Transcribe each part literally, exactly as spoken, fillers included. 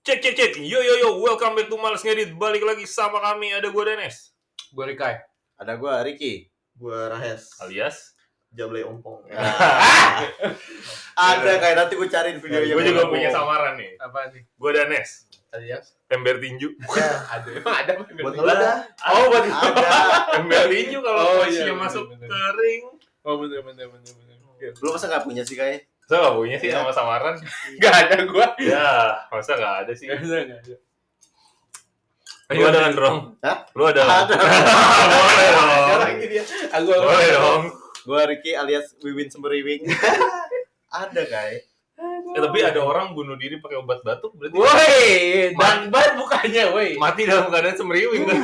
Cek cek cek, yo yo yo, welcome back to Males Ngedit. Balik lagi sama kami, ada gue Danes, gue Rikai, ada gue Ricky, gue Rahes, alias Jablay Ompong. Nah. Ada kayak nanti gue cariin videonya. Gue juga punya samaran nih. apa nih? Gue Danes, Alias? ember tinju. Ya, Ada, emang ada apa? Buat ada, ada. Oh, buat ada. ember tinju kalau Oh, posisinya iya, masuk bener, ke ring. Oh bener bener bener bener. Lu masa nggak punya sih kayak? Saya gak punya sih Ya. sama samaran. Gak ada gue. Ya, masa gak ada sih. Gak ada gak ada. Lu ada kan, Drong? Hah? Lu ada kan? Ada. Boleh dong. Lagi dia. Aku Boleh dong. Gue Ricky alias Wiwin Semberiwing. Ada kayak. Eh, tapi ada orang bunuh diri pakai obat batuk, berarti Woi, dan ban bukannya, woi. mati dalam keadaan semeriwing kan?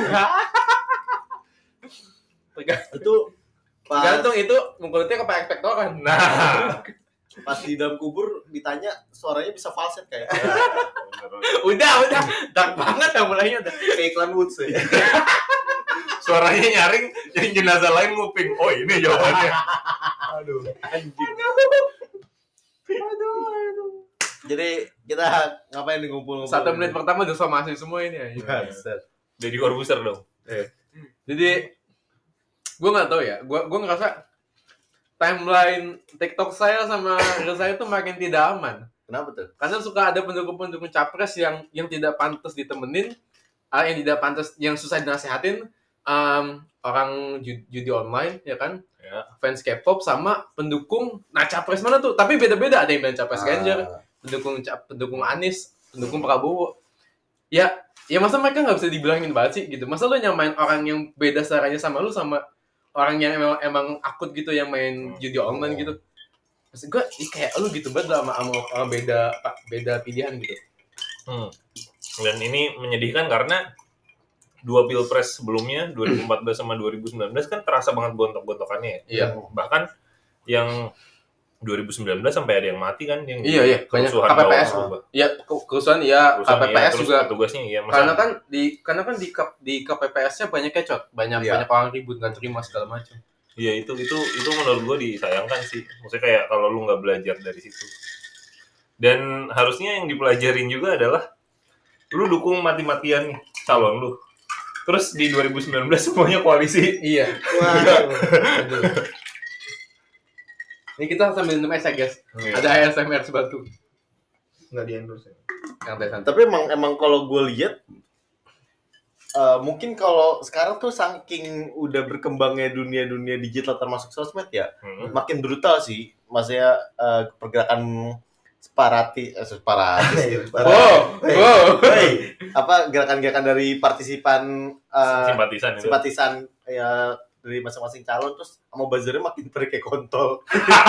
Itu pas, Tergantung itu mengkulitnya ke Pak Ekspektoran. Nah, pas di dalam kubur ditanya suaranya bisa falset kayak. Udah udah, dark banget ya mulainya udah. Kayak iklan Woods ya. suaranya nyaring, yang jenazah lain nguping. Oh ini jawabannya. Aduh. Anjing. Aduh, aduh. Jadi kita ngapain nih ngumpul-ngumpul? Satu menit pertama udah somasi semua ini ya. Buset. Jadi Corbuzier dong. Jadi gue nggak tahu ya, gue gue ngerasa timeline TikTok saya sama Reels saya itu makin tidak aman. Kenapa tuh? Karena suka ada pendukung-pendukung capres yang yang tidak pantas ditemenin, uh, yang tidak pantas, yang susah dinasehatin, um, orang ju- judi online, ya kan? Ya. Fans K-pop sama pendukung, nah capres mana tuh? Tapi beda-beda, ada yang bilang capres Ganjar, Ah, pendukung cap- pendukung Anies, pendukung Prabowo. Ya, ya masa mereka nggak bisa dibilangin banget sih gitu. Masa lu nyamain orang yang beda caranya sama lu sama orang yang emang emang akut gitu yang main judi online gitu. Maksud gue, ih, kayak lu gitu banget lah sama, sama orang beda beda pilihan gitu. Hmm. Dan ini menyedihkan karena dua pilpres sebelumnya, dua ribu empat belas sama dua ribu sembilan belas kan terasa banget gontok-gontokannya ya. Iya. Bahkan yang dua ribu sembilan belas sampai ada yang mati kan, yang Iya, iya, banyak kerusuhan K P P S. Bawaslu. Ya, ke- kerusuhan ya, Kerusuhan, K P P S iya, terus juga. petugasnya iya. masa- Karena kan di karena kan di K- di K P P S-nya banyak kecot, banyak Iya. banyak orang ribut nggak terima segala macam. Iya itu itu itu menurut gue disayangkan sih. Maksudnya kayak kalau lu nggak belajar dari situ. Dan harusnya yang dipelajarin juga adalah lu dukung mati-matian nih calon lu. Terus di dua ribu sembilan belas semuanya koalisi. Iya. waduh. Aduh. Ini kita sambil minum es ya guys. Iya. Ada A S M R sebatu. Nggak di endorse ya. Santai santai. Tapi emang emang kalau gue lihat eh, mungkin kalau sekarang tuh saking udah berkembangnya dunia-dunia digital termasuk sosmed ya, Hmm. makin brutal sih. Maksudnya eh, pergerakan separati eh, separatis. Wow, wow. Hey, apa gerakan-gerakan dari partisipan eh, Simpatisan itu. simpatisan ya dari masing-masing calon terus sama buzzernya makin kayak kontol.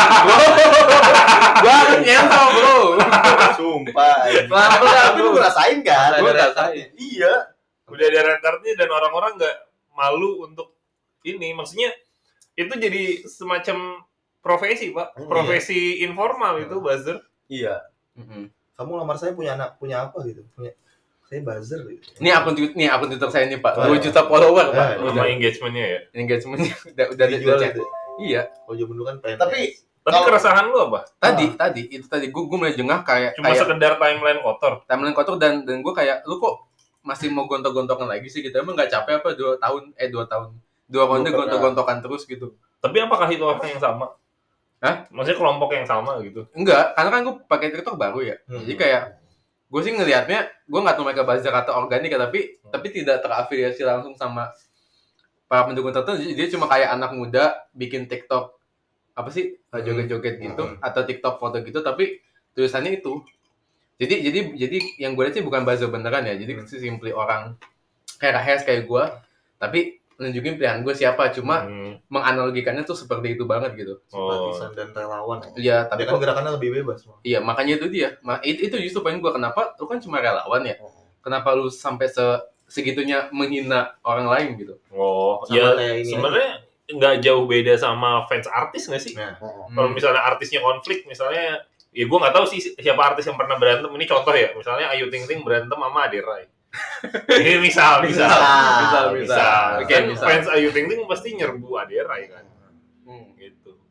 Gua harus nyentol bro. Sumpah. anjing. Pelan-pelan, Tapi lu bro. ngerasain kan? Gua Ada rasain. Iya. Udah ada red card-nya dan orang-orang nggak malu untuk ini. Maksudnya itu jadi semacam profesi pak, Hmm, profesi informal itu buzzer. Iya. Kamu lamar saya punya anak, punya apa gitu? Punya saya buzzer gitu. Ini akun Twitter, nih akun Twitter saya nih Pak. Oh, dua iya. juta follower Pak. Eh, Udah. Sama engagement-nya ya. Engagementnya udah udah Dijual udah- itu. Iya. Kalau zaman dulu kan P N S. Tapi Tapi Kalau- keresahan lu apa? Tadi tadi itu tadi gue gue mulai jengah kayak Cuma kayak sekedar timeline kotor. timeline kotor dan dan gue kayak lu kok masih mau gontok-gontokan lagi sih gitu. Emang nggak capek apa dua tahun eh dua tahun dua ronde Dua gontok-gontokan terus gitu. Tapi apakah itu orang yang sama? Hah? Maksudnya kelompok yang sama gitu? Enggak, karena kan gue pakai TikTok baru ya. Hmm. Jadi kayak gue sih ngelihatnya gue nggak tahu mereka buzzer atau organik ya, tapi tapi tidak terafiliasi langsung sama para pendukung tertentu. Dia cuma kayak anak muda bikin TikTok apa sih joget-joget gitu Hmm. atau TikTok foto gitu, tapi tulisannya itu. Jadi jadi jadi yang gue lihat sih bukan buzzer beneran ya. Jadi Hmm. simply orang kayak Rahes kayak gue, tapi nunjukin pilihan gue siapa. Cuma Hmm. menganalogikannya tuh seperti itu banget gitu. Oh. simpatisan dan relawan. Iya, Tapi tapi kan kok gerakannya lebih bebas. Bang. iya makanya itu dia. Ma- itu, itu justru poin gue, kenapa lu kan cuma relawan ya. Kenapa lu sampai se segitunya menghina orang lain gitu? Oh, Sama ya kayak ini sebenarnya nggak jauh beda sama fans artis nggak sih? Nah, Kalau misalnya artisnya konflik, misalnya, ya gue nggak tahu sih siapa artis yang pernah berantem. Ini contoh ya, misalnya Ayu Ting Ting berantem sama Ade Rai. Ini misal, misal, Misal, misal. misal. Oke, Kan misal. fans Ayu Ting Ting pasti nyerbu Ade Rai kan, Hmm. gitu.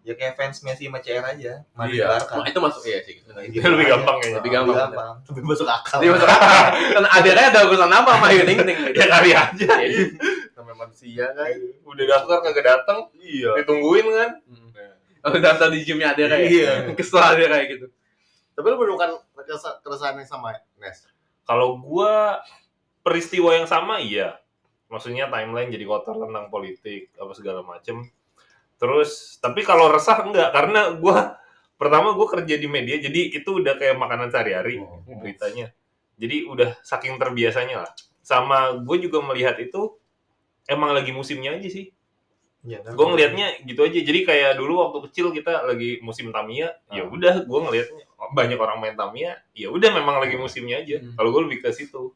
Ya kayak fans Messi sama C R aja. Madrid Iya. Oh, Barca. itu masuk iya sih. Gitu Lebih aja. gampang ya. Lebih gampang. Lebih masuk akal. Dia masuk akal. Kan adirnya ada urusan apa sama Ayu Ting Ting gitu. Ya kali aja. Iya. Namanya manusia kan. Udah daftar kagak datang, Iya. ditungguin kan. Oh, daftar di gymnya Adira ya? Iya. Kesel Adira kayak gitu. Tapi lu menemukan keresa- keresahan yang sama, Nes? Kalau gua peristiwa yang sama iya. Maksudnya timeline jadi kotor tentang politik apa segala macem. Terus tapi kalau resah enggak karena gua pertama gua kerja di media jadi itu udah kayak makanan sehari-hari beritanya. Jadi udah saking terbiasanya lah. Sama gue juga melihat itu emang lagi musimnya aja sih. Iya, kan? Gue ngelihatnya gitu aja. Jadi kayak dulu waktu kecil kita lagi musim Tamiya, ya udah gue ngelihatnya banyak orang main Tamiya, ya udah memang lagi musimnya aja. Hmm. Kalau gue lebih ke situ.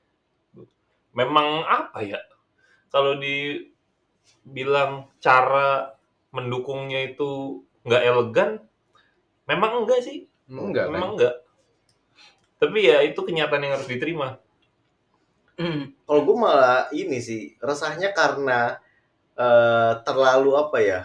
Memang apa ya? Kalau dibilang cara mendukungnya itu nggak elegan, memang enggak sih. Enggak kan? Memang enggak. Tapi ya itu kenyataan yang harus diterima. Kalau gue malah ini sih, resahnya karena eh, terlalu apa ya,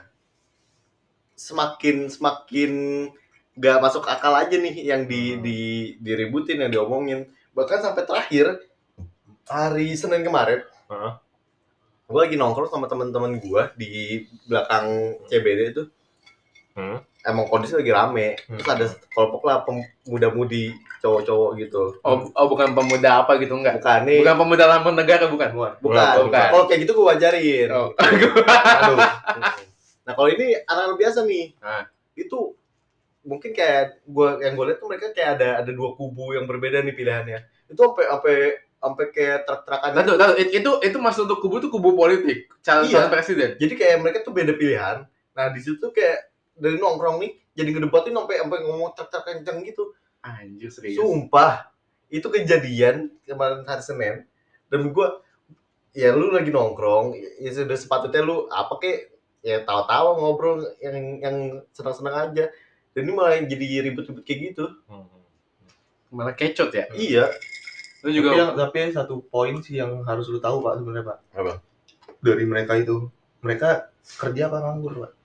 semakin semakin gak masuk akal aja nih yang di, di diributin, yang diomongin. Bahkan sampai terakhir hari Senin kemarin, Heeh. gue lagi nongkrong sama teman-teman gue di belakang C B D itu. Hmm. Emang kondisi lagi rame. Terus ada kelompok lah pemuda-mudi cowok-cowok gitu. Oh, oh bukan pemuda apa gitu enggak? Bukan nih. Bukan pemuda lambang negara bukan? Bukan. Bukan, bukan. Kalau kayak gitu gue wajarin. Oh. Aduh. Nah kalau ini anak-anak biasa nih, Ah. itu mungkin kayak gua yang gue lihat tuh mereka kayak ada ada dua kubu yang berbeda nih pilihannya. Itu sampai sampai sampai kayak truk-trukan. Tahu tahu itu itu masuk untuk kubu tuh kubu politik, calon Iya. calon presiden. Jadi kayak mereka tuh beda pilihan. Nah di situ kayak dari nongkrong nih jadi ngedebatin sampai sampai ngomong truk-truk kenceng gitu. Anjir serius. Sumpah itu kejadian kemarin hari Senin dan gua ya lu lagi nongkrong ya sudah sepatutnya lu apa kek ya tawa-tawa ngobrol yang yang senang-senang aja. Dan ini malah jadi ribut-ribut kayak gitu. Malah kecot ya. Iya. Lu Tapi, juga yang, tapi satu poin sih yang harus lu tahu Pak sebenarnya Pak. Apa? Dari mereka itu, mereka kerja apa nganggur Pak?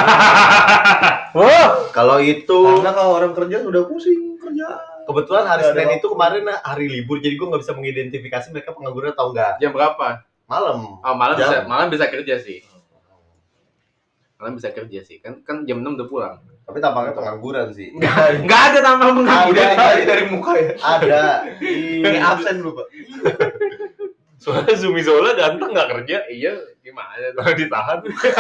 Wah, kalau itu Karena kalau orang kerja udah pusing kerja. kebetulan hari Nggak ada Senin waktu. itu kemarin hari libur jadi gue nggak bisa mengidentifikasi mereka pengangguran atau enggak. jam berapa? Malam. Oh, malam Jam. bisa malam bisa kerja sih. Malam bisa kerja sih. Kan kan jam enam udah pulang. Tapi tampaknya pengangguran sih. Enggak ada tambah Ada, pengangguran. Dari dari muka ya. ada. Ini absen lu Pak. Soalnya Zumi Zola ganteng nggak kerja, Iya, gimana tuh? kalau ditahan.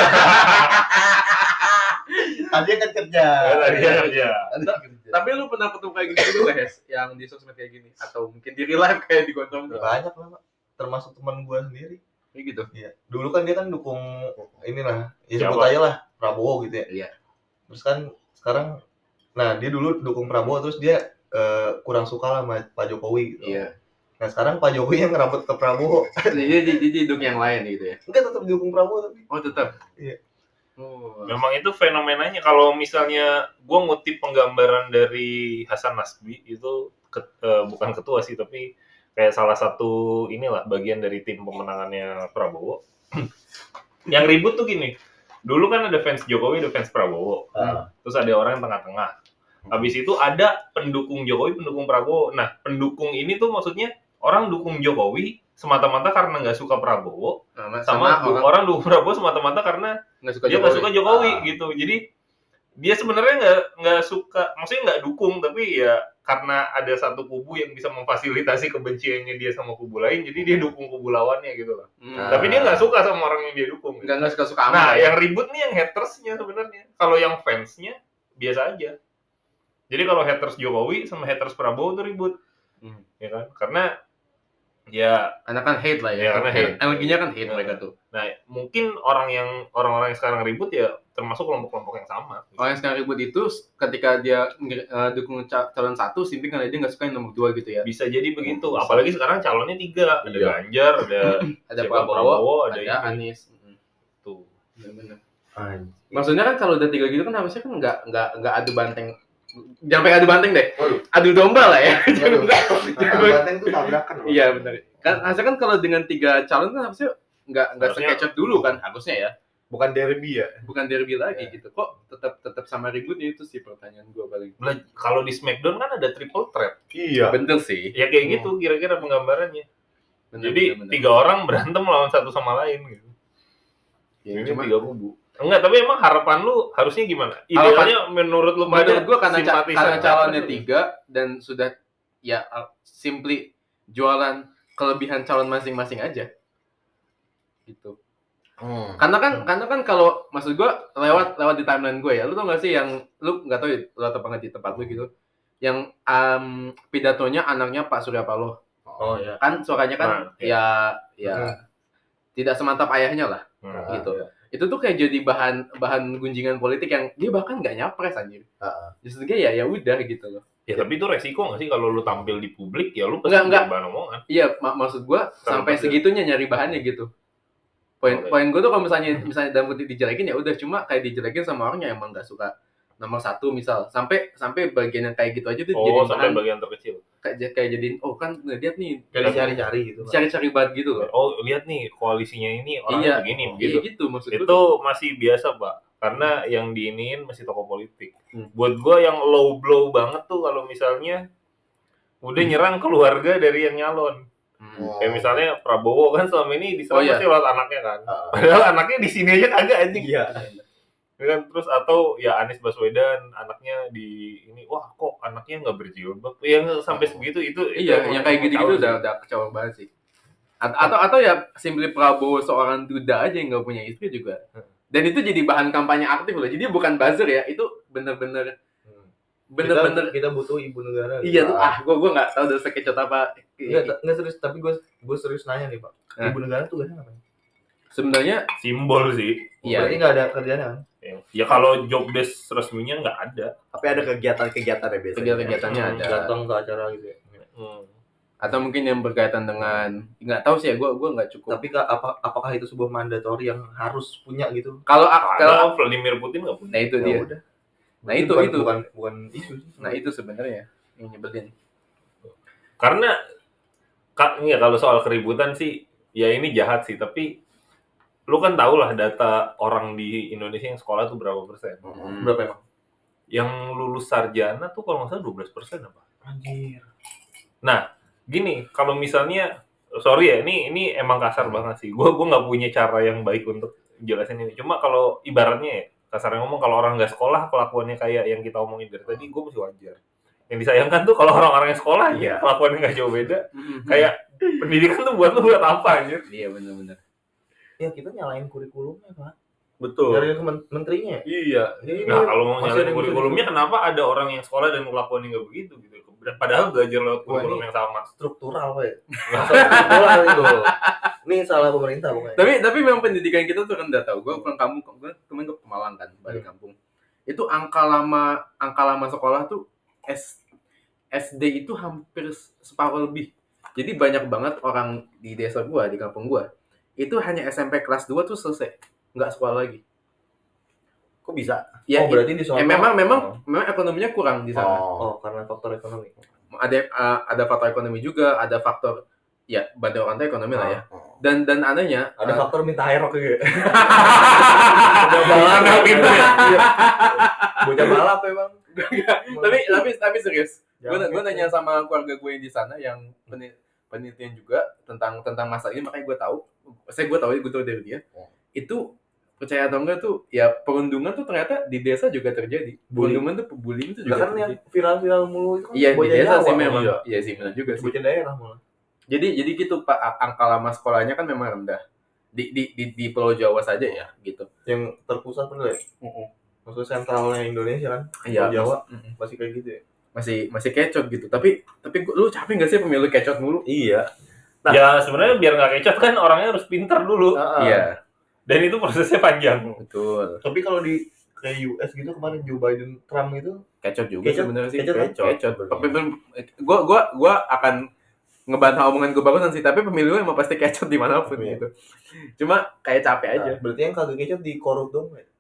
Tadi kan kerja. Tadi dia kerja. Tadi kan kerja. Tapi lu pernah ketemu kayak gitu juga nggak, Hes? Yang di sosmed kayak gini atau mungkin di real life kayak di gondrong tuh? Banyak lah Pak. Termasuk teman gua sendiri. Kayak gitu. Iya. Dulu kan dia kan dukung inilah, ya Siapa? sebut aja lah Prabowo gitu ya. Iya. Terus kan sekarang, nah dia dulu dukung Prabowo terus dia eh, kurang suka lah sama Pak Jokowi gitu. Iya. Nah sekarang Pak Jokowi yang ngerambut ke Prabowo, Jadi jadi jadi dukung yang lain gitu ya. enggak tetap dukung Prabowo tapi. Oh, tetap. Iya. Oh. Memang itu fenomenanya kalau misalnya gue ngutip penggambaran dari Hasan Nasbi itu ke- eh, bukan ketua sih tapi kayak salah satu inilah bagian dari tim pemenangannya Prabowo. Yang ribut tuh gini, dulu kan ada fans Jokowi, ada fans Prabowo, Ah. terus ada orang yang tengah-tengah. Habis itu ada pendukung Jokowi, pendukung Prabowo. Nah pendukung ini tuh maksudnya orang dukung Jokowi semata-mata karena nggak suka Prabowo, Sama, sama, sama du- orang orang dukung Prabowo semata-mata karena nggak suka dia nggak Jokowi. suka Jokowi Ah. gitu. Jadi dia sebenarnya nggak nggak suka, maksudnya nggak dukung, tapi ya karena ada satu kubu yang bisa memfasilitasi kebenciannya dia sama kubu lain, jadi dia dukung kubu lawannya gitu loh. Hmm. Ah. Tapi dia nggak suka sama orang yang dia dukung. Nggak nggak suka suka amat. Nah, ya. yang ribut nih yang hatersnya sebenarnya. Kalau yang fansnya biasa aja. Jadi kalau haters Jokowi sama haters Prabowo tuh ribut, Hmm. ya kan? Karena ya Anak kan hate lah ya. Ya, karena hate. Energinya kan hate Ya. mereka tuh. nah mungkin orang yang orang-orang yang sekarang ribut ya termasuk kelompok-kelompok yang sama. Orang yang sekarang ribut itu ketika dia uh, dukung ca- calon satu, simply karena dia nggak suka yang nomor dua gitu ya. Bisa jadi begitu. Bisa. Apalagi sekarang calonnya tiga, ada Iya. Ganjar, ada Ada siapa, Prabowo, Prabowo, ada ada, ini. Anies. Mm, tuh. bener-bener. Anjing. Maksudnya kan kalau udah tiga gitu kan harusnya kan nggak nggak nggak adu banteng. Jangan pengen adu banteng deh. Waduh. Adu domba lah ya. Waduh. Jangan- Banteng tuh tabrakan loh. Iya benar. Kan harusnya kan kalau dengan tiga calon kan harusnya nggak nggak Harusnya- sekecot dulu kan harusnya ya. Bukan derby ya. bukan derby lagi gitu. Kok tetap tetap sama ributnya, itu sih pertanyaan gue paling. Bela- Kalau di Smackdown kan ada triple threat. Iya. Bener sih. Ya kayak Hmm. gitu kira-kira penggambarannya. Bener, Jadi bener, bener. tiga orang berantem lawan satu sama lain gitu. Ya, Ini cuma tiga kubu. Enggak, tapi emang harapan lu harusnya gimana? Idealnya menurut lu pada menurut gue karena ca- simpatisan karena calonnya apa dulu? tiga dan sudah ya uh, simply jualan kelebihan calon masing-masing aja gitu. Hmm. Karena kan karena kan kalau maksud gue lewat lewat di timeline gue ya, lu tau gak sih yang lu nggak tahu ya, lu atau banget di tempat lu gitu, yang um, pidatonya anaknya Pak Surya Paloh Oh ya. kan suaranya kan Nah, ya ya Hmm. tidak semantap ayahnya lah Hmm. gitu. Iya. Itu tuh kayak jadi bahan bahan gunjingan politik yang dia bahkan nggak nyapres anjir. Heeh. Justru ya ya udah gitu loh. Ya tapi itu resiko nggak sih kalau lu tampil di publik ya lu pasti Enggak, enggak. jadi bahan omongan. Iya, mak maksud gua sampai pas- segitunya nyari bahannya gitu. Poin Oke. poin gua tuh kalau misalnya misalnya dalam kutip dijelekin ya udah, cuma kayak dijelekin sama orang yang emang nggak suka nomor satu misal, sampai sampai bagian yang kayak gitu aja tuh jadi Oh, sampai bahan bagian terkecil. kayak kayak jadiin oh kan lihat nih Jadi cari-cari gitu. Pak. cari-cari banget gitu loh. Oh, lihat nih koalisinya ini orangnya Iya, begini iya begitu. gitu maksud gua. Itu masih biasa, Pak. Karena yang diiniin masih tokoh politik. Hmm. Buat gua yang low blow banget tuh kalau misalnya udah nyerang keluarga dari yang nyalon. Hmm. Oh. Kayak misalnya Prabowo kan selama ini diserang Oh, iya. pasti lewat anaknya kan. Heeh. Padahal anaknya di sini aja kagak anjing. Iya. Ya kan, terus atau ya Anies Baswedan anaknya di ini wah kok anaknya nggak berjilbab yang sampai sebegitu itu Iya, itu yang kayak gitu-gitu tahu udah sih. udah kecewa banget sih. At- Atau atau ya simply Prabowo seorang duda aja yang nggak punya istri juga. Dan itu jadi bahan kampanye aktif loh. Jadi bukan buzzer ya, itu bener-bener Hmm. bener-bener kita, kita butuh ibu negara. iya tuh ah gue gue nggak tahu udah sekecot apa. Enggak, enggak serius, tapi gue gue serius nanya nih, Pak. Hah? Ibu negara tuh gasnya apa? Sebenarnya Simbol sih. iya. Berarti enggak ada kerjanya kan? Ya, ya kalau job desk resminya nggak ada. Tapi ada kegiatan-kegiatan ya biasanya. Kegiatan-kegiatannya Hmm, ada. Datang ke acara gitu ya. Hmm. Atau mungkin yang berkaitan dengan nggak tahu sih ya, gue gue nggak cukup. Tapi ka- apa apakah itu sebuah mandatori yang harus punya gitu? Kalau kalau Kalau Vladimir Putin nggak punya. nah itu Ya dia. udah. Nah, Berarti itu, bukan, itu. bukan bukan isu sih. Nah itu sebenarnya yang nyebelin. Karena ka, ya kalau soal keributan sih ya ini jahat sih tapi lu kan tau lah data orang di Indonesia yang sekolah tuh berapa persen. Hmm. Berapa emang? Yang lulus sarjana tuh kalau nggak salah dua belas persen apa. Anjir. Gini, kalau misalnya sorry ya, ini ini emang kasar banget sih. Gue gue nggak punya cara yang baik untuk jelasin ini. Cuma kalau ibaratnya ya, kasarnya ngomong kalau orang nggak sekolah kelakuannya kayak yang kita omongin dari tadi, gue masih wajar. Yang disayangkan tuh kalau orang-orang yang sekolah Iya. ya kelakuannya nggak jauh beda. Hmm. Kayak pendidikan tuh buat lu buat apa anjir? Iya benar-benar. Ya kita nyalain kurikulumnya, Pak. Betul. Dari kemen- menterinya. Iya. Ini Nah kalau mau masih ada nyalain yang kurikulumnya, kenapa ada orang yang sekolah dan kelakuannya nggak begitu gitu? Padahal belajar lewat Wah, kurikulum ini- yang sama. struktural, Pak. Masalah struktural itu. Ini salah pemerintah pokoknya. Tapi tapi memang pendidikan kita tuh rendah tau. Gue pulang kampung, gue kemarin ke Pemalang kan, balik kampung. Itu angka lama angka lama sekolah tuh S SD itu hampir separuh lebih. Jadi banyak banget orang di desa gua, di kampung gua, itu hanya S M P kelas dua tuh selesai, nggak sekolah lagi. Kok bisa? Ya, Oh, berarti di eh, sono. memang memang Oh. memang ekonominya kurang di sana. Oh. Oh, karena faktor ekonomi. Ada uh, ada faktor ekonomi juga, ada faktor ya bantu orang tua ekonomi lah ya. Oh. Dan dan anehnya Ada uh, faktor minta air oke. Udah balap gitu ya. Bocah balap emang. tapi tapi tapi serius. Gue Jangan gue gitu. nanya sama keluarga gue yang di sana yang peni- penelitian juga tentang tentang masalah ini, makanya gue tahu. Saya gue tahu, gue tahu dari dia. Oh. Itu percaya atau enggak tuh ya perundungan tuh ternyata di desa juga terjadi. Bullying. Perundungan tuh bullying tuh Lah juga kan yang terjadi. viral-viral mulu itu kan Iya di bocah desa Jawa, sih memang. iya. Iya sih benar juga sih. Bocah daerah malah. Jadi jadi gitu Pak, angka lama sekolahnya kan memang rendah. Di di di, di Pulau Jawa saja ya gitu. Yang terpusat bener ya? Maksudnya sentralnya Indonesia kan? Iya, Pulau Jawa mas- mm, masih kayak gitu ya? masih masih kecot gitu. Tapi tapi gua- lu capek nggak sih pemilu kecot mulu? Iya. Nah. Ya sebenarnya biar nggak kecot kan orangnya harus pintar dulu. Heeh. Iya, Dan itu prosesnya panjang. betul. Tapi kalau di kayak U S gitu kemarin Joe Biden, Trump gitu Kecot juga Kecot, sebenarnya sih. kecot kan? Kecot. Tapi gue gue gue akan ngebantah omongan gue barusan sih. Tapi pemilu emang pasti kecot dimanapun Iya. gitu. Cuma kayak capek aja. Nah, berarti yang kagak kecot di korup dong ya?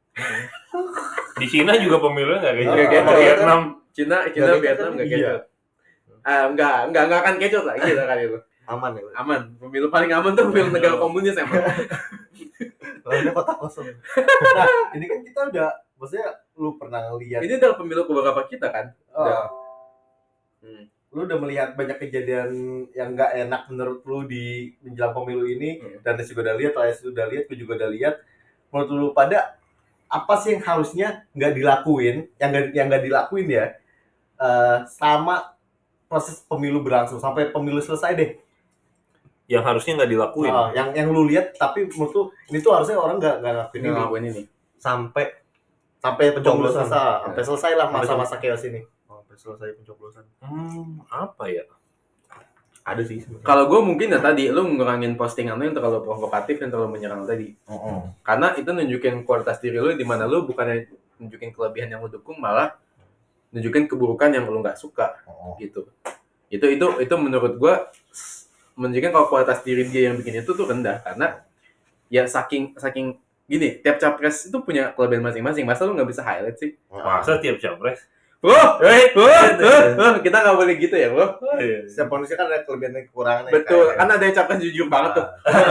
Di Cina juga pemilunya nggak kayak Ah, gitu. kecot. Vietnam. Cina Cina Nggak kecot Vietnam kan? nggak Iya. kecot. Ah enggak enggak enggak akan kecot lah gitu kan itu. Aman ya? Aman. Pemilu paling aman tuh pemilu negara komunis emang. Lawannya kota kosong. Nah, ini kan kita udah, maksudnya lu pernah ngeliat, Ini adalah pemilu keberapa kita kan? oh, Udah. Hmm. lu udah melihat banyak kejadian yang nggak enak menurut lu di menjelang pemilu ini, Hmm. dan Des juga udah lihat, Layas udah lihat, gue juga udah lihat. Menurut lu pada apa sih yang harusnya nggak dilakuin, yang nggak yang nggak dilakuin ya, eh, sama proses pemilu berlangsung sampai pemilu selesai deh. Yang harusnya nggak dilakuin. Oh, yang yang lu lihat tapi menurut lu ini tuh harusnya orang nggak nggak ngelakuin Ini ini ngakuin ini. Sampai sampai pemilu Pencoblosan. selesai, Ya. sampai selesai lah masa-masa chaos ini. oh, sampai selesai pencoblosan. Hmm, apa ya? Ada sih sebenarnya. Kalau gue mungkin ya tadi, lu ngurangin postingan lu yang terlalu provokatif, yang terlalu menyerang tadi. Karena itu nunjukin kualitas diri lu, di mana lu bukannya nunjukin kelebihan yang lu dukung, malah nunjukin keburukan yang lu nggak suka, gitu. Itu itu itu menurut gue menunjukkan kalau kualitas diri dia yang bikin itu tuh rendah, karena ya saking saking gini, tiap capres itu punya kelebihan masing-masing. Masa lu nggak bisa highlight sih? Masa tiap capres? Wah, eh, wah, wah, wah, kita nggak boleh gitu ya, bro. Setiap manusia kan ada kelebihan dan kekurangannya. Betul, kayak- kan ada yang capres jujur banget tuh.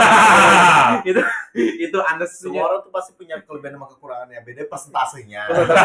itu itu anesnya. Semua orang tuh pasti punya kelebihan sama kekurangannya, beda persentasenya.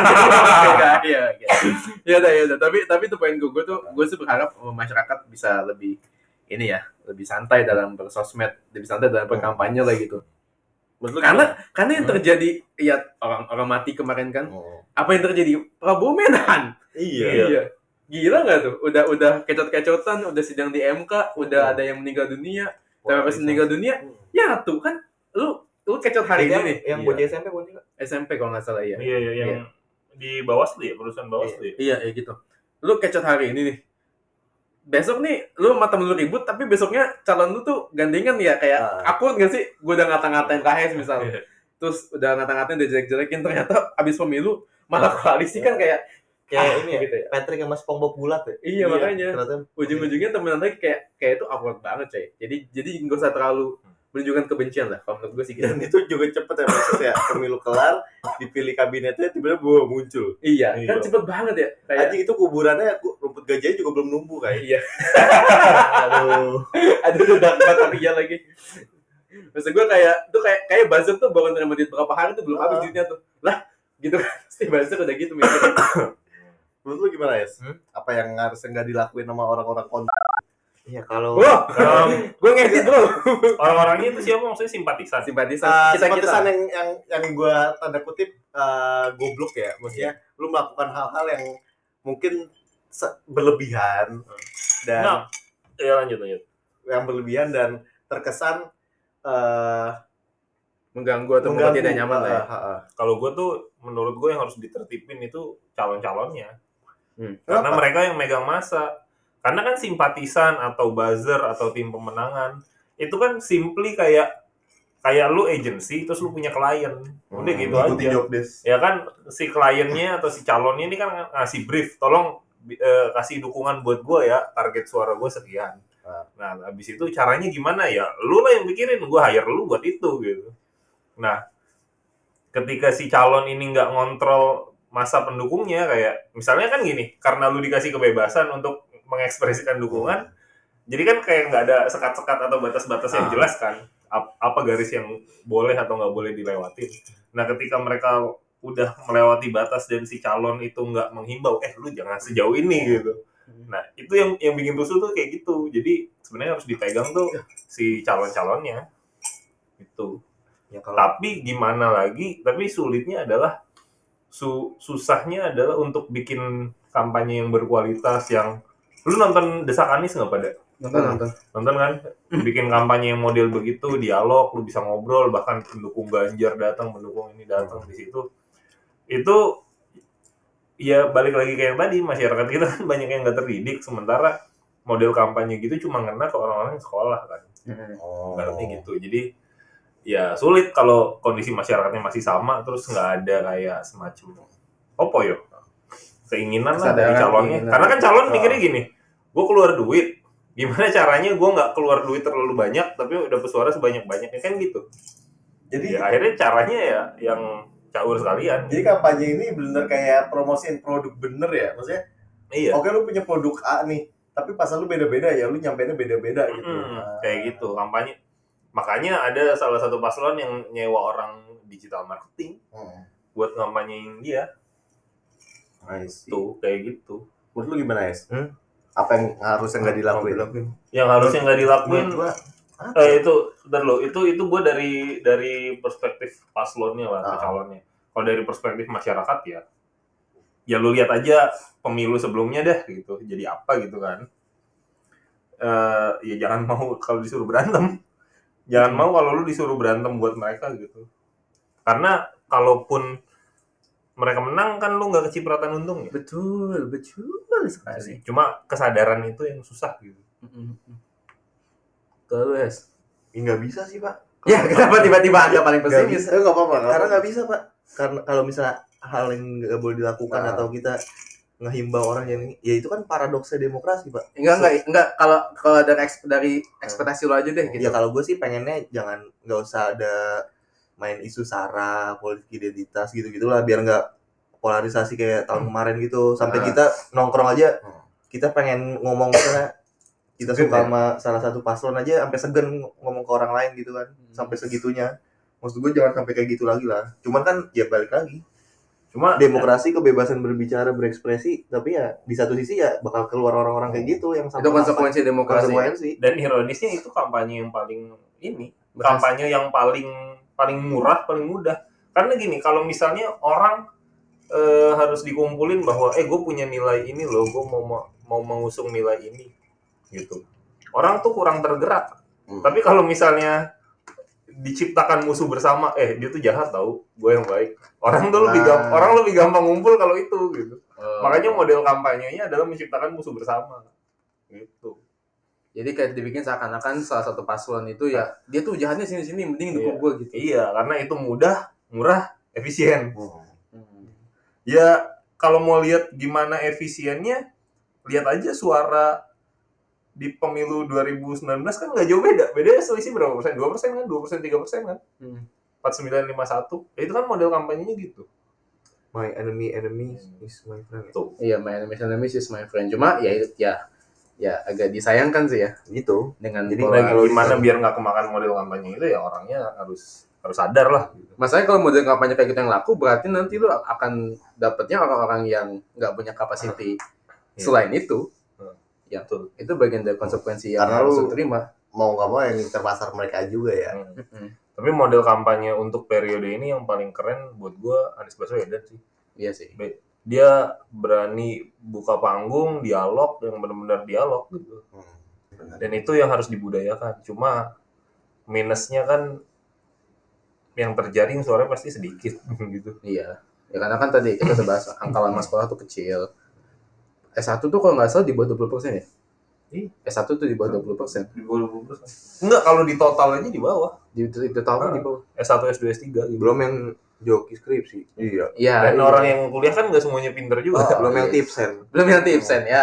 Iya, iya. Ya udah, ya udah. Tapi tapi itu poin gue, gue tuh gue sih berharap masyarakat bisa lebih ini ya, lebih santai dalam bersosmed, lebih santai dalam berkampanye lah gitu. Menurut lu Karena karena yang terjadi ya orang orang mati kemarin kan. gimana? Apa yang terjadi? Prabowo menahan. Iya. Gila nggak tuh? Udah udah kecot-kecotan, udah sidang di M K, udah ada yang meninggal dunia. Sampai pas meninggal dunia, ya tuh kan lu lu kecot hari Yang- ini nih. yang Iya. bocah S M P bukan juga? S M P kalau nggak salah ya. Iya, iya, yang Iya. di Bawaslu ya, perusahaan Bawaslu ya. Iya, ya gitu. Lu kecot hari ini nih. Besok nih lu sama temen lu ribut, tapi besoknya calon lu tuh gandengan ya kayak Ah. akut gak sih? Gue udah ngata-ngatain K H S misalnya. Iya. Terus udah ngata-ngatain, udah jelek-jelekin, ternyata abis pemilu malah koalisi kan kayak Kayak ah, ini ya, gitu ya. Patrick sama SpongeBob bulat ya. Iya, makanya Ternyata ujung-ujungnya temenan lagi kayak kayak itu awkward banget coy. Jadi jadi nggak usah terlalu menunjukkan kebencian lah kalau menurut gue sih gitu. Dan itu juga cepet ya, maksudnya pemilu kelar, dipilih kabinetnya tiba-tiba buah muncul. Iya, Iya. kan cepet banget ya. Kayak Aji itu kuburannya rumput gajahnya juga belum numbuh kayak. iya. Aduh. Ada udah dark banget tapi iya lagi. Maksud gue kayak tuh kayak kayak buzzer tuh baru nerima duit berapa hari tuh belum habis Ah. duitnya tuh. Lah, gitu kan. Pasti buzzer udah gitu mikirnya. Menurut lu gimana ya? Hmm? Apa yang harusnya nggak dilakuin sama orang-orang kontra? Iya kalau Wah, Um, gue ngedit bro. orang-orangnya itu siapa maksudnya simpatisan? Simpatisan Uh, kita kita. simpatisan yang yang yang gue tanda kutip uh, goblok ya, maksudnya lu melakukan hal-hal yang mungkin se- berlebihan dan Nah, ya lanjut lanjut. yang berlebihan dan terkesan uh, Mengganggu atau membuat mengganggu. tidak nyaman lah ya. Uh, uh, uh. Kalau gue tuh, menurut gue yang harus ditertipin itu calon-calonnya. Hmm. Karena Kenapa? mereka yang megang masa. Karena kan simpatisan atau buzzer atau tim pemenangan itu kan simply kayak kayak lu agency terus lu punya klien. Udah gitu ikuti aja. job desk. Ya kan si kliennya atau si calonnya ini kan ngasih brief, tolong eh, kasih dukungan buat gue ya, target suara gue sekian. Ah. Nah, habis itu caranya gimana ya? Lu lah yang pikirin, gue hire lu buat itu gitu. Nah, ketika si calon ini nggak ngontrol masa pendukungnya, kayak misalnya kan gini, karena lu dikasih kebebasan untuk mengekspresikan dukungan, jadi kan kayak nggak ada sekat-sekat atau batas-batas yang Ah. jelas kan, ap- apa garis yang boleh atau nggak boleh dilewatin. Nah, ketika mereka udah melewati batas dan si calon itu nggak menghimbau, eh lu jangan sejauh ini gitu. Nah, itu yang yang bikin rusuh tuh kayak gitu. Jadi sebenarnya harus dipegang tuh si calon-calonnya. Itu. Ya kalau Tapi gimana lagi? Tapi sulitnya adalah su susahnya adalah untuk bikin kampanye yang berkualitas yang lu nonton Desak Anis nggak pada? Nonton nonton. Nonton kan? Bikin kampanye yang model begitu, dialog, lu bisa ngobrol, bahkan pendukung Ganjar datang, pendukung ini datang di situ. Itu ya balik lagi kayak yang tadi, masyarakat kita kan banyak yang nggak terdidik, sementara model kampanye gitu cuma ngena ke orang-orang yang sekolah kan. Oh. Ibaratnya gitu. Jadi ya sulit kalau kondisi masyarakatnya masih sama terus nggak ada kayak semacam opo yo keinginan lah dari Kesadaran, calonnya. keinginan. Karena kan calon Oh. mikirnya gini, gue keluar duit, gimana caranya gue nggak keluar duit terlalu banyak tapi dapet suara sebanyak banyaknya kan gitu. Jadi Ya akhirnya caranya ya yang caur sekalian. jadi kampanye ini bener kayak promosiin produk bener ya, maksudnya Iya. oke lu punya produk A nih, tapi pasal lu beda-beda ya, lu nyampeinnya beda-beda gitu. Mm-mm, Nah. kayak gitu kampanye. Makanya ada salah satu paslon yang nyewa orang digital marketing Hmm. buat ngampanyein dia. I see. Tuh, kayak gitu. Menurut lu gimana, Es? Hmm? Apa yang harusnya nggak dilakuin? Dilakuin. Yang harusnya nggak dilakuin Menurut gua, apa eh ya? itu bentar lo, itu itu gue dari dari perspektif paslonnya lah, Ah. calonnya. Kalau dari perspektif masyarakat ya, ya lu lihat aja pemilu sebelumnya deh gitu, jadi apa gitu kan. Eh ya jangan mau kalau disuruh berantem, jangan mau kalau lu disuruh berantem buat mereka gitu. Karena kalaupun mereka menang kan lu nggak kecipratan untungnya. Betul, betul sekali. Cuma kesadaran itu yang susah gitu. Betul, Es. Ya, nggak bisa sih pak. Ya, kenapa tiba-tiba Anda paling Nggak pesimis? bisa. Eh, nggak apa-apa. nggak Karena apa-apa. nggak bisa pak. Karena kalau misalnya hal yang nggak boleh dilakukan Nah. atau kita ngehimbau orang yang ya itu kan paradoksnya demokrasi pak. Enggak, enggak, enggak. Kalau kalau dari eks- dari ekspektasi lo aja deh gitu. Ya kalau gue sih pengennya jangan nggak usah ada main isu sara, politik identitas gitu-gitulah biar nggak polarisasi kayak tahun kemarin gitu. Sampai Nah. kita nongkrong aja Hmm. kita pengen ngomong misalnya kita Segen, suka ya? sama salah satu paslon aja sampai segen ngomong ke orang lain gitu kan. Sampai segitunya. Maksud gue jangan sampai kayak gitu lagi lah. Cuman kan ya balik lagi. Cuma Demokrasi, kebebasan berbicara, berekspresi, tapi ya di satu sisi ya bakal keluar orang-orang kayak gitu yang Itu konsekuensi demokrasi. konsekuensi. dan ironisnya itu kampanye yang paling ini, Berhasil. kampanye yang paling paling murah, paling mudah. Karena gini, kalau misalnya orang eh, harus dikumpulin bahwa eh gue punya nilai ini loh, gue mau mau- mau mengusung nilai ini gitu. Orang tuh kurang tergerak. Hmm. Tapi kalau misalnya diciptakan musuh bersama, eh dia tuh jahat tau, gue yang baik. Orang tuh lebih gam- Nah. orang lebih gampang ngumpul kalau itu gitu. Oh. Makanya model kampanyenya adalah menciptakan musuh bersama. Gitu. Jadi kayak dibikin seakan-akan salah satu paslon itu ya dia tuh jahatnya sini-sini, mending dukung Iya. gue gitu. Iya, karena itu mudah, murah, efisien. Hmm. Ya, kalau mau lihat gimana efisiennya, lihat aja suara di pemilu dua ribu sembilan belas kan nggak jauh beda. Bedanya selisih berapa persen? dua persen kan? dua persen, tiga persen kan? Hmm. empat puluh sembilan lima satu. Ya, itu kan model kampanyenya gitu. My enemy enemy is my friend. Tuh. Iya, my enemy enemy is my friend. Cuma ya ya ya agak disayangkan sih ya Gitu. dengan Jadi pola- Nah, kalau gimana di- biar nggak kemakan model kampanye itu ya orangnya harus harus sadar lah. Gitu. Masalahnya kalau model kampanye kayak gitu yang laku, berarti nanti lu akan dapetnya orang-orang yang nggak punya kapasiti Iya. selain itu. Hmm. Ya, Betul. itu bagian dari konsekuensi yang Karena harus lu- lu terima. Mau nggak mau yang terpasar mereka juga ya. Hmm. Mm-mm. Tapi model kampanye untuk periode ini yang paling keren buat gue Anies Baswedan sih. Iya sih. Dia berani buka panggung, dialog, yang benar-benar dialog gitu. Hmm. Dan itu yang harus dibudayakan. Cuma minusnya kan yang terjaring suaranya pasti sedikit gitu. Iya. Ya karena kan tadi kita udah bahas angka lama sekolah tuh kecil. S satu tuh kalau nggak salah di bawah dua puluh persen ya? Iya. S satu tuh di bawah dua puluh persen. Di bawah dua puluh persen. Enggak, kalau di total aja di bawah. Di itu, itu tahun di bawah. S satu, S dua, S tiga gitu. Belum yang joki skripsi. Iya. Iya. Dan iya. orang yang kuliah kan nggak semuanya pinter juga. Oh, Belum yang iya. tipsen. belum yang tipsen ya.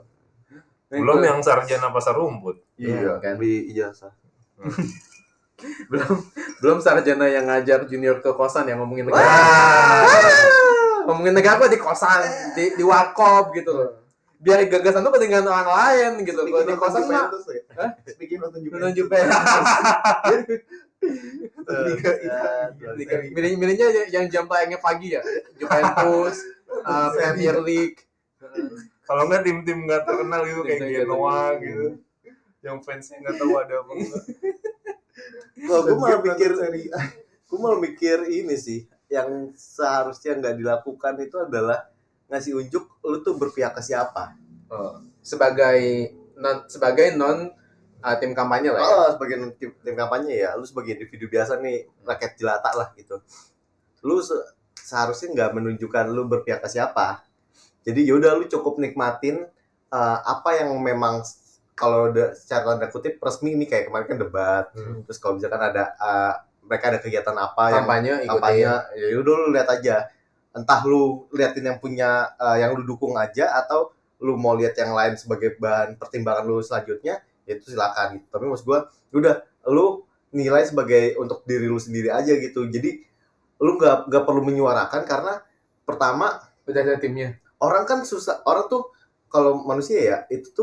Belum yang sarjana pasar rumput. Iya, kan. Beli ijazah. belum belum sarjana yang ngajar junior ke kosan yang ngomongin negara. Ngomongin negara apa di kosan, di di warkop gitu loh. Biar gagasan tuh dengan orang lain gitu. Kalau di kosan mah Hah? Speaking of nonton Juventus. Liga Milih milihnya yang jam tayangnya pagi ya. Juventus, uh, Premier League. Kalau nggak tim-tim nggak terkenal gitu kayak Tim-tim nggak Genoa terkenal. gitu. Yang fansnya nggak tahu ada apa enggak. Wah, gue malah mikir gue malah mikir ini sih yang seharusnya nggak dilakukan itu adalah ngasih unjuk lu tuh berpihak ke siapa. Oh, sebagai non sebagai non uh, tim kampanye lah ya. Oh, sebagai tim, tim kampanye ya, lu sebagai individu biasa nih rakyat jelata lah gitu. Lu se- seharusnya nggak menunjukkan lu berpihak ke siapa. Jadi yaudah lu cukup nikmatin uh, apa yang memang kalau udah secara tanda kutip resmi nih kayak kemarin kan debat. Hmm. Terus kalau misalkan ada uh, mereka ada kegiatan apa yang Kampanye ikutin. kampanye, ya udah lu lihat aja. Entah lu liatin yang punya uh, yang lu dukung aja atau lu mau lihat yang lain sebagai bahan pertimbangan lu selanjutnya, ya itu silakan gitu. Tapi maksud gua, udah lu nilai sebagai untuk diri lu sendiri aja gitu. Jadi lu nggak nggak perlu menyuarakan karena pertama Udah ada timnya. orang kan susah, orang tuh kalau manusia ya itu tuh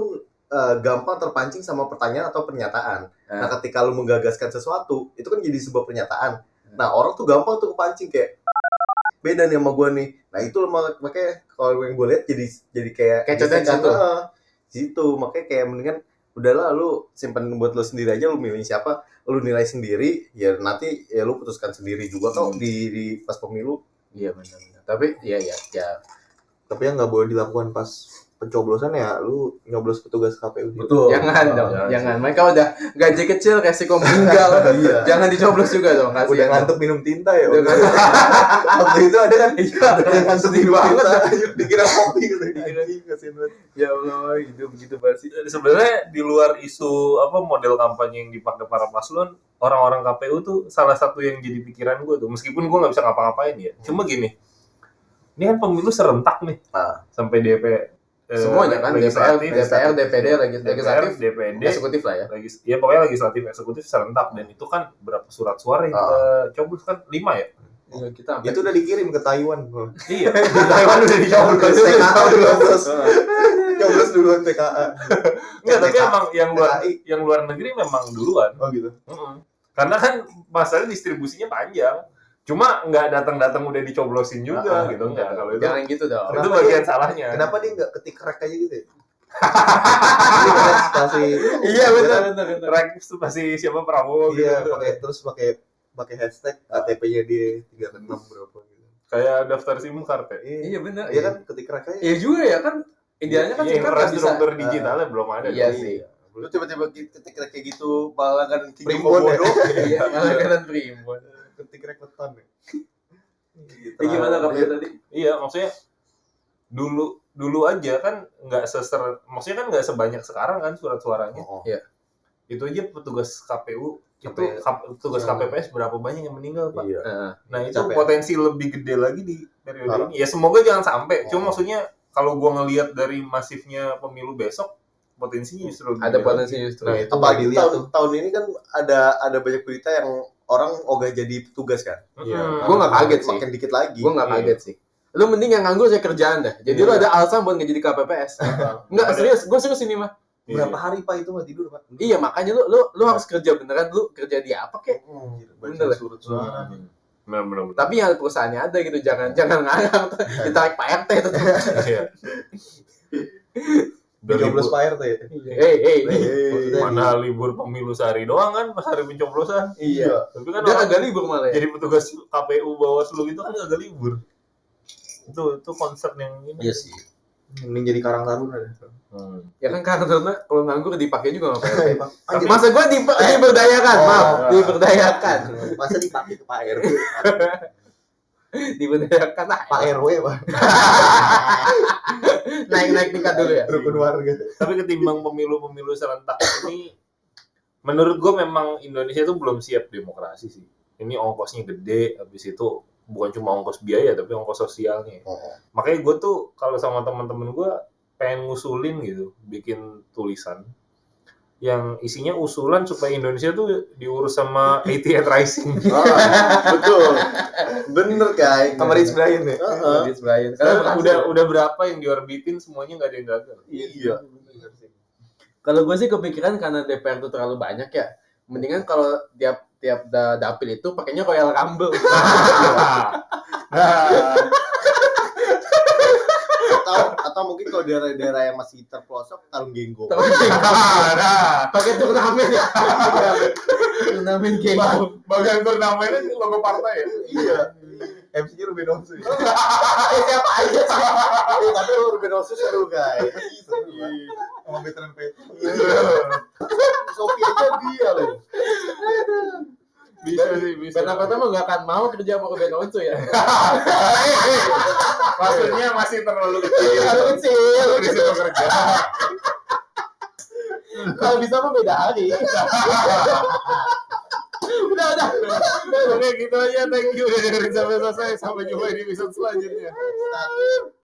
eh, gampang terpancing sama pertanyaan atau pernyataan. Nah. Nah, ketika lu menggagaskan sesuatu, itu kan jadi sebuah pernyataan. Nah, orang tuh gampang tuh kepancing kayak beda nih sama gue nih. Nah, itu loh, mak- makanya kalau yang gue lihat jadi jadi kayak Kayak contohnya gesekan, situ. eh, situ. Makanya kayak mendingan udahlah lu simpan buat lu sendiri aja, lu milih siapa, lu nilai sendiri, ya nanti ya lu putuskan sendiri juga kok Hmm. di, di pas pemilu. Iya benar. Tapi ya ya ya. Tapi yang nggak boleh dilakukan pas pencoblosan ya lu nyoblos petugas K P U. Betul. Jangan Oh, dong, jangan jangan. Mereka udah gaji kecil, resiko meninggal. Iya. Jangan dicoblos juga dong. Udah Kasihan. ngantuk minum tinta ya. Udah waktu itu. Waktu itu ada kan Iya. yang ngantuk Sedih minum banget. tinta, dikira kopi gitu. Anjing, kasihan banget. Ya Allah, itu begitu banget sih. Sebenarnya di luar isu apa model kampanye yang dipakai para paslon, orang-orang K P U tuh salah satu yang jadi pikiran gue tuh. Meskipun gue nggak bisa ngapa-ngapain ya. Cuma gini, ini kan pemilu serentak nih, Ah. sampai D P eh, Semuanya kan D P R, legislatif, D P R, D P D, legis- D P R, legislatif, D P D, eksekutif lah ya. legis, ya pokoknya legislatif eksekutif serentak, dan itu kan berapa surat suara yang kita coblos kan lima ya? Iya, kita sampai Itu udah dikirim ke Taiwan. Iya, di Taiwan udah dicoblos. T K A udah nyoblos. Nyoblos duluan T K A. Enggak, tapi T K A. emang yang luar T K I. yang luar negeri memang duluan. Oh gitu. Mm-mm. Karena kan masalahnya distribusinya panjang. Cuma nggak datang-datang udah dicoblosin juga Ah, gitu, enggak. Kalau itu jangan gitu dong. itu Kenapa bagian dia- salahnya. Kenapa dia nggak ketik rek aja gitu ya? Jadi pakai spasi. Iya benar benar benar. Track itu pasti siapa Prabowo gitu. Iya, pakai terus pakai pakai hashtag K T P-nya dia tiga puluh enam berapa gitu. Kayak daftar SIM card ya. Iya benar. Iya kan ketik rek aja. Iya juga ya kan. Idealnya kan Iya, kita nggak bisa. infrastruktur digitalnya belum ada. Iya dong. sih. Lu tiba-tiba ketik kayak gitu malah kan Primbon ya? Iya, malah kan primbon. Ketik rek weton ya. Ya, gimana kabarnya tadi? Iya, maksudnya dulu dulu aja kan nggak seser, maksudnya kan nggak sebanyak sekarang kan surat suaranya. Oh, Iya. Itu aja petugas K P U itu Sampai- K- petugas K P P S berapa banyak yang meninggal, Pak? iya. Heeh. Nah, itu Capek. potensi lebih gede lagi di periode Parah. ini. Ya semoga jangan sampai. Oh. Cuma maksudnya kalau gua ngelihat dari masifnya pemilu besok, potensinya justru lebih Ada gede potensi lagi. justru. Nah, ya. itu Apalagi dilihat tahun, tuh. tahun ini kan ada ada banyak berita yang orang ogah jadi petugas kan. Iya. Gua nggak kaget sih. Makin dikit lagi. Gue nggak Iya. kaget sih. Lu mending yang nganggur saya kerjaan dah. Jadi lu Iya. ada alasan buat nggak jadi K P P S. Enggak Daripada- serius, gue serius ini mah. Iya. Berapa hari Pak itu nggak tidur Pak? Iya makanya lu lu lu harus kerja beneran. Lu kerja di apa kek? Bener. Baca surat suara. Hmm. Benar benar. benar. Tapi yang perusahaannya ada gitu. Jangan jangan ngarang. Ditarik Pak R T itu. Iya. Udah Nyoblos libur- Pak R T. Hei hei. Hey. mana libur pemilu sehari doang kan pas hari pencoblosan. Iya. Tapi kan Dia orang agak libur malah ya. jadi petugas K P U Bawaslu itu kan agak libur. Itu itu concern yang ini. Iya sih. Mending jadi Karang Taruna deh. Hmm. Ya kan karena kalau nganggur dipakai juga nggak P R T. Anjir, Masa gue di, diberdayakan, Oh. maaf, diberdayakan, masa dipakai ke Pak R W? diberdayakan ah, Pak R W Pak. naik-naik tingkat dulu ya. Rukun warga. Tapi ketimbang pemilu-pemilu serentak ini, menurut gue memang Indonesia itu belum siap demokrasi sih. Ini ongkosnya gede, habis itu bukan cuma ongkos biaya tapi ongkos sosialnya. Oh. Makanya gue tuh kalau sama teman-teman gue pengen ngusulin gitu, bikin tulisan yang isinya usulan supaya Indonesia tuh diurus sama A T and Rising. Ah, betul. Bener Kai. Sama Rich Brian ya. Heeh. Di sebelahin. Karena udah udah berapa yang diorbitin semuanya nggak ada yang gagal. Iya. Kalau gue sih kepikiran karena D P R itu terlalu banyak ya. Mendingan kalau tiap tiap da dapil itu pakainya Royal Rumble. Atau atau mungkin kalau daerah-daerah yang masih terpelosok tarung genggo. Pakai turnamen ya. Turnamen game. Bagian turnamennya logo partai ya. Iya. M C-nya Ruben Onsu. Eh, siapa aja sih? Eh, tapi Ruben Onsu seru guys. Seru Pak. Sama veteran P. Sophie aja dia loh. Bisa sih, bisa. Kata-kata mah nggak akan mau kerja sama Ruben Onsu ya. Maksudnya masih terlalu kecil. Terlalu kecil. Di situ kerja. Kalau bisa mah beda hari. Udah udah. Oke, gitu aja. Thank you udah dengerin sampai selesai. Sampai jumpa di episode selanjutnya.